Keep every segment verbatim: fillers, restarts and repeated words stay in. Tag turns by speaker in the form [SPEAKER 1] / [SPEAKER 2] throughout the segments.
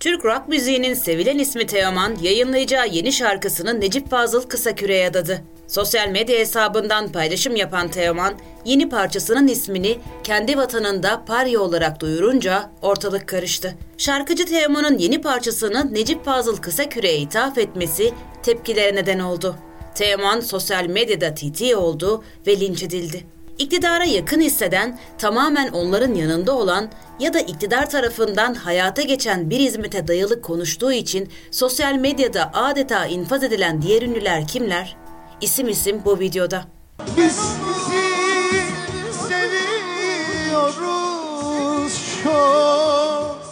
[SPEAKER 1] Türk rock müziğinin sevilen ismi Teoman, yayınlayacağı yeni şarkısını Necip Fazıl Kısaküre'ye adadı. Sosyal medya hesabından paylaşım yapan Teoman, yeni parçasının ismini kendi vatanında Parya olarak duyurunca ortalık karıştı. Şarkıcı Teoman'ın yeni parçasını Necip Fazıl Kısaküre'ye ithaf etmesi tepkilere neden oldu. Teoman sosyal medyada T T oldu ve linç edildi. İktidara yakın hisseden, tamamen onların yanında olan ya da iktidar tarafından hayata geçen bir hizmete dayalı konuştuğu için sosyal medyada adeta infaz edilen diğer ünlüler kimler? İsim isim bu videoda.
[SPEAKER 2] Biz sizi seviyoruz çok.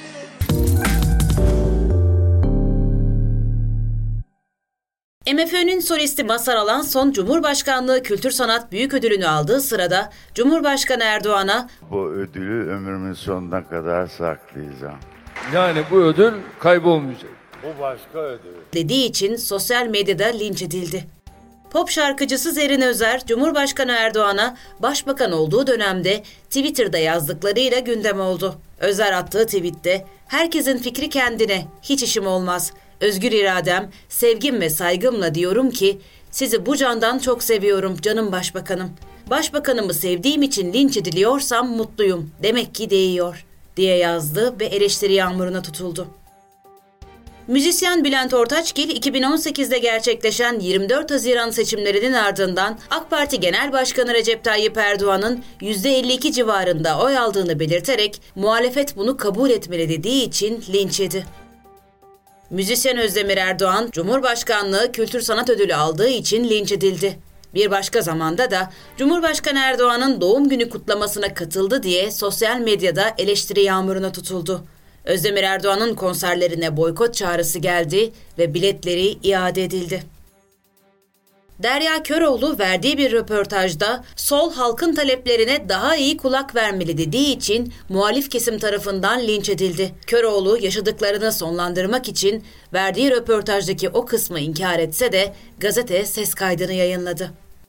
[SPEAKER 1] M F Ö'nün solisti Mazhar Alanson, Cumhurbaşkanlığı Kültür Sanat Büyük Ödülünü aldığı sırada Cumhurbaşkanı Erdoğan'a
[SPEAKER 3] "Bu ödülü ömrümün sonuna kadar saklayacağım.
[SPEAKER 4] Yani bu ödül kaybolmayacak.
[SPEAKER 3] Bu başka ödül."
[SPEAKER 1] dediği için sosyal medyada linç edildi. Pop şarkıcısı Zerrin Özer, Cumhurbaşkanı Erdoğan'a başbakan olduğu dönemde Twitter'da yazdıklarıyla gündem oldu. Özer attığı tweette, "Herkesin fikri kendine, hiç işim olmaz. Özgür iradem, sevgim ve saygımla diyorum ki, sizi bu candan çok seviyorum canım başbakanım. Başbakanımı sevdiğim için linç ediliyorsam mutluyum, demek ki değiyor," diye yazdı ve eleştiri yağmuruna tutuldu. Müzisyen Bülent Ortaçgil, iki bin on sekizde gerçekleşen yirmi dört Haziran seçimlerinin ardından AK Parti Genel Başkanı Recep Tayyip Erdoğan'ın yüzde elli iki civarında oy aldığını belirterek muhalefet bunu kabul etmeli dediği için linç yedi. Müzisyen Özdemir Erdoğan, Cumhurbaşkanlığı Kültür Sanat Ödülü aldığı için linç edildi. Bir başka zamanda da Cumhurbaşkanı Erdoğan'ın doğum günü kutlamasına katıldı diye sosyal medyada eleştiri yağmuruna tutuldu. Özdemir Erdoğan'ın konserlerine boykot çağrısı geldi ve biletleri iade edildi. Derya Köroğlu verdiği bir röportajda sol halkın taleplerine daha iyi kulak vermeli dediği için muhalif kesim tarafından linç edildi. Köroğlu yaşadıklarını sonlandırmak için verdiği röportajdaki o kısmı inkar etse de gazete ses kaydını yayınladı.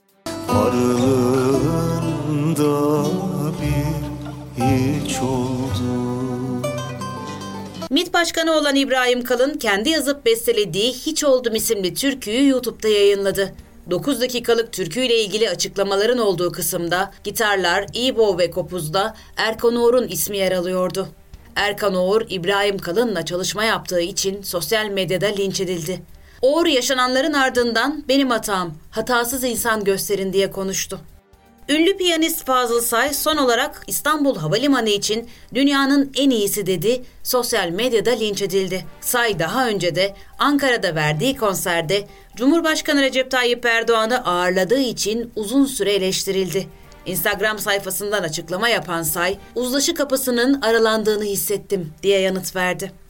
[SPEAKER 2] Aralarında bir hiç oldu.
[SPEAKER 1] MİT Başkanı olan İbrahim Kalın kendi yazıp bestelediği Hiç Oldum isimli türküyü YouTube'da yayınladı. dokuz dakikalık türküyle ilgili açıklamaların olduğu kısımda gitarlar, İbo ve kopuzda Erkan Oğur'un ismi yer alıyordu. Erkan Oğur, İbrahim Kalın'la çalışma yaptığı için sosyal medyada linç edildi. Oğur yaşananların ardından "Benim hatam, hatasız insan gösterin" diye konuştu. Ünlü piyanist Fazıl Say son olarak İstanbul Havalimanı için dünyanın en iyisi dedi, sosyal medyada linç edildi. Say daha önce de Ankara'da verdiği konserde Cumhurbaşkanı Recep Tayyip Erdoğan'ı ağırladığı için uzun süre eleştirildi. Instagram sayfasından açıklama yapan Say, "Uzlaşı kapısının aralandığını hissettim" diye yanıt verdi.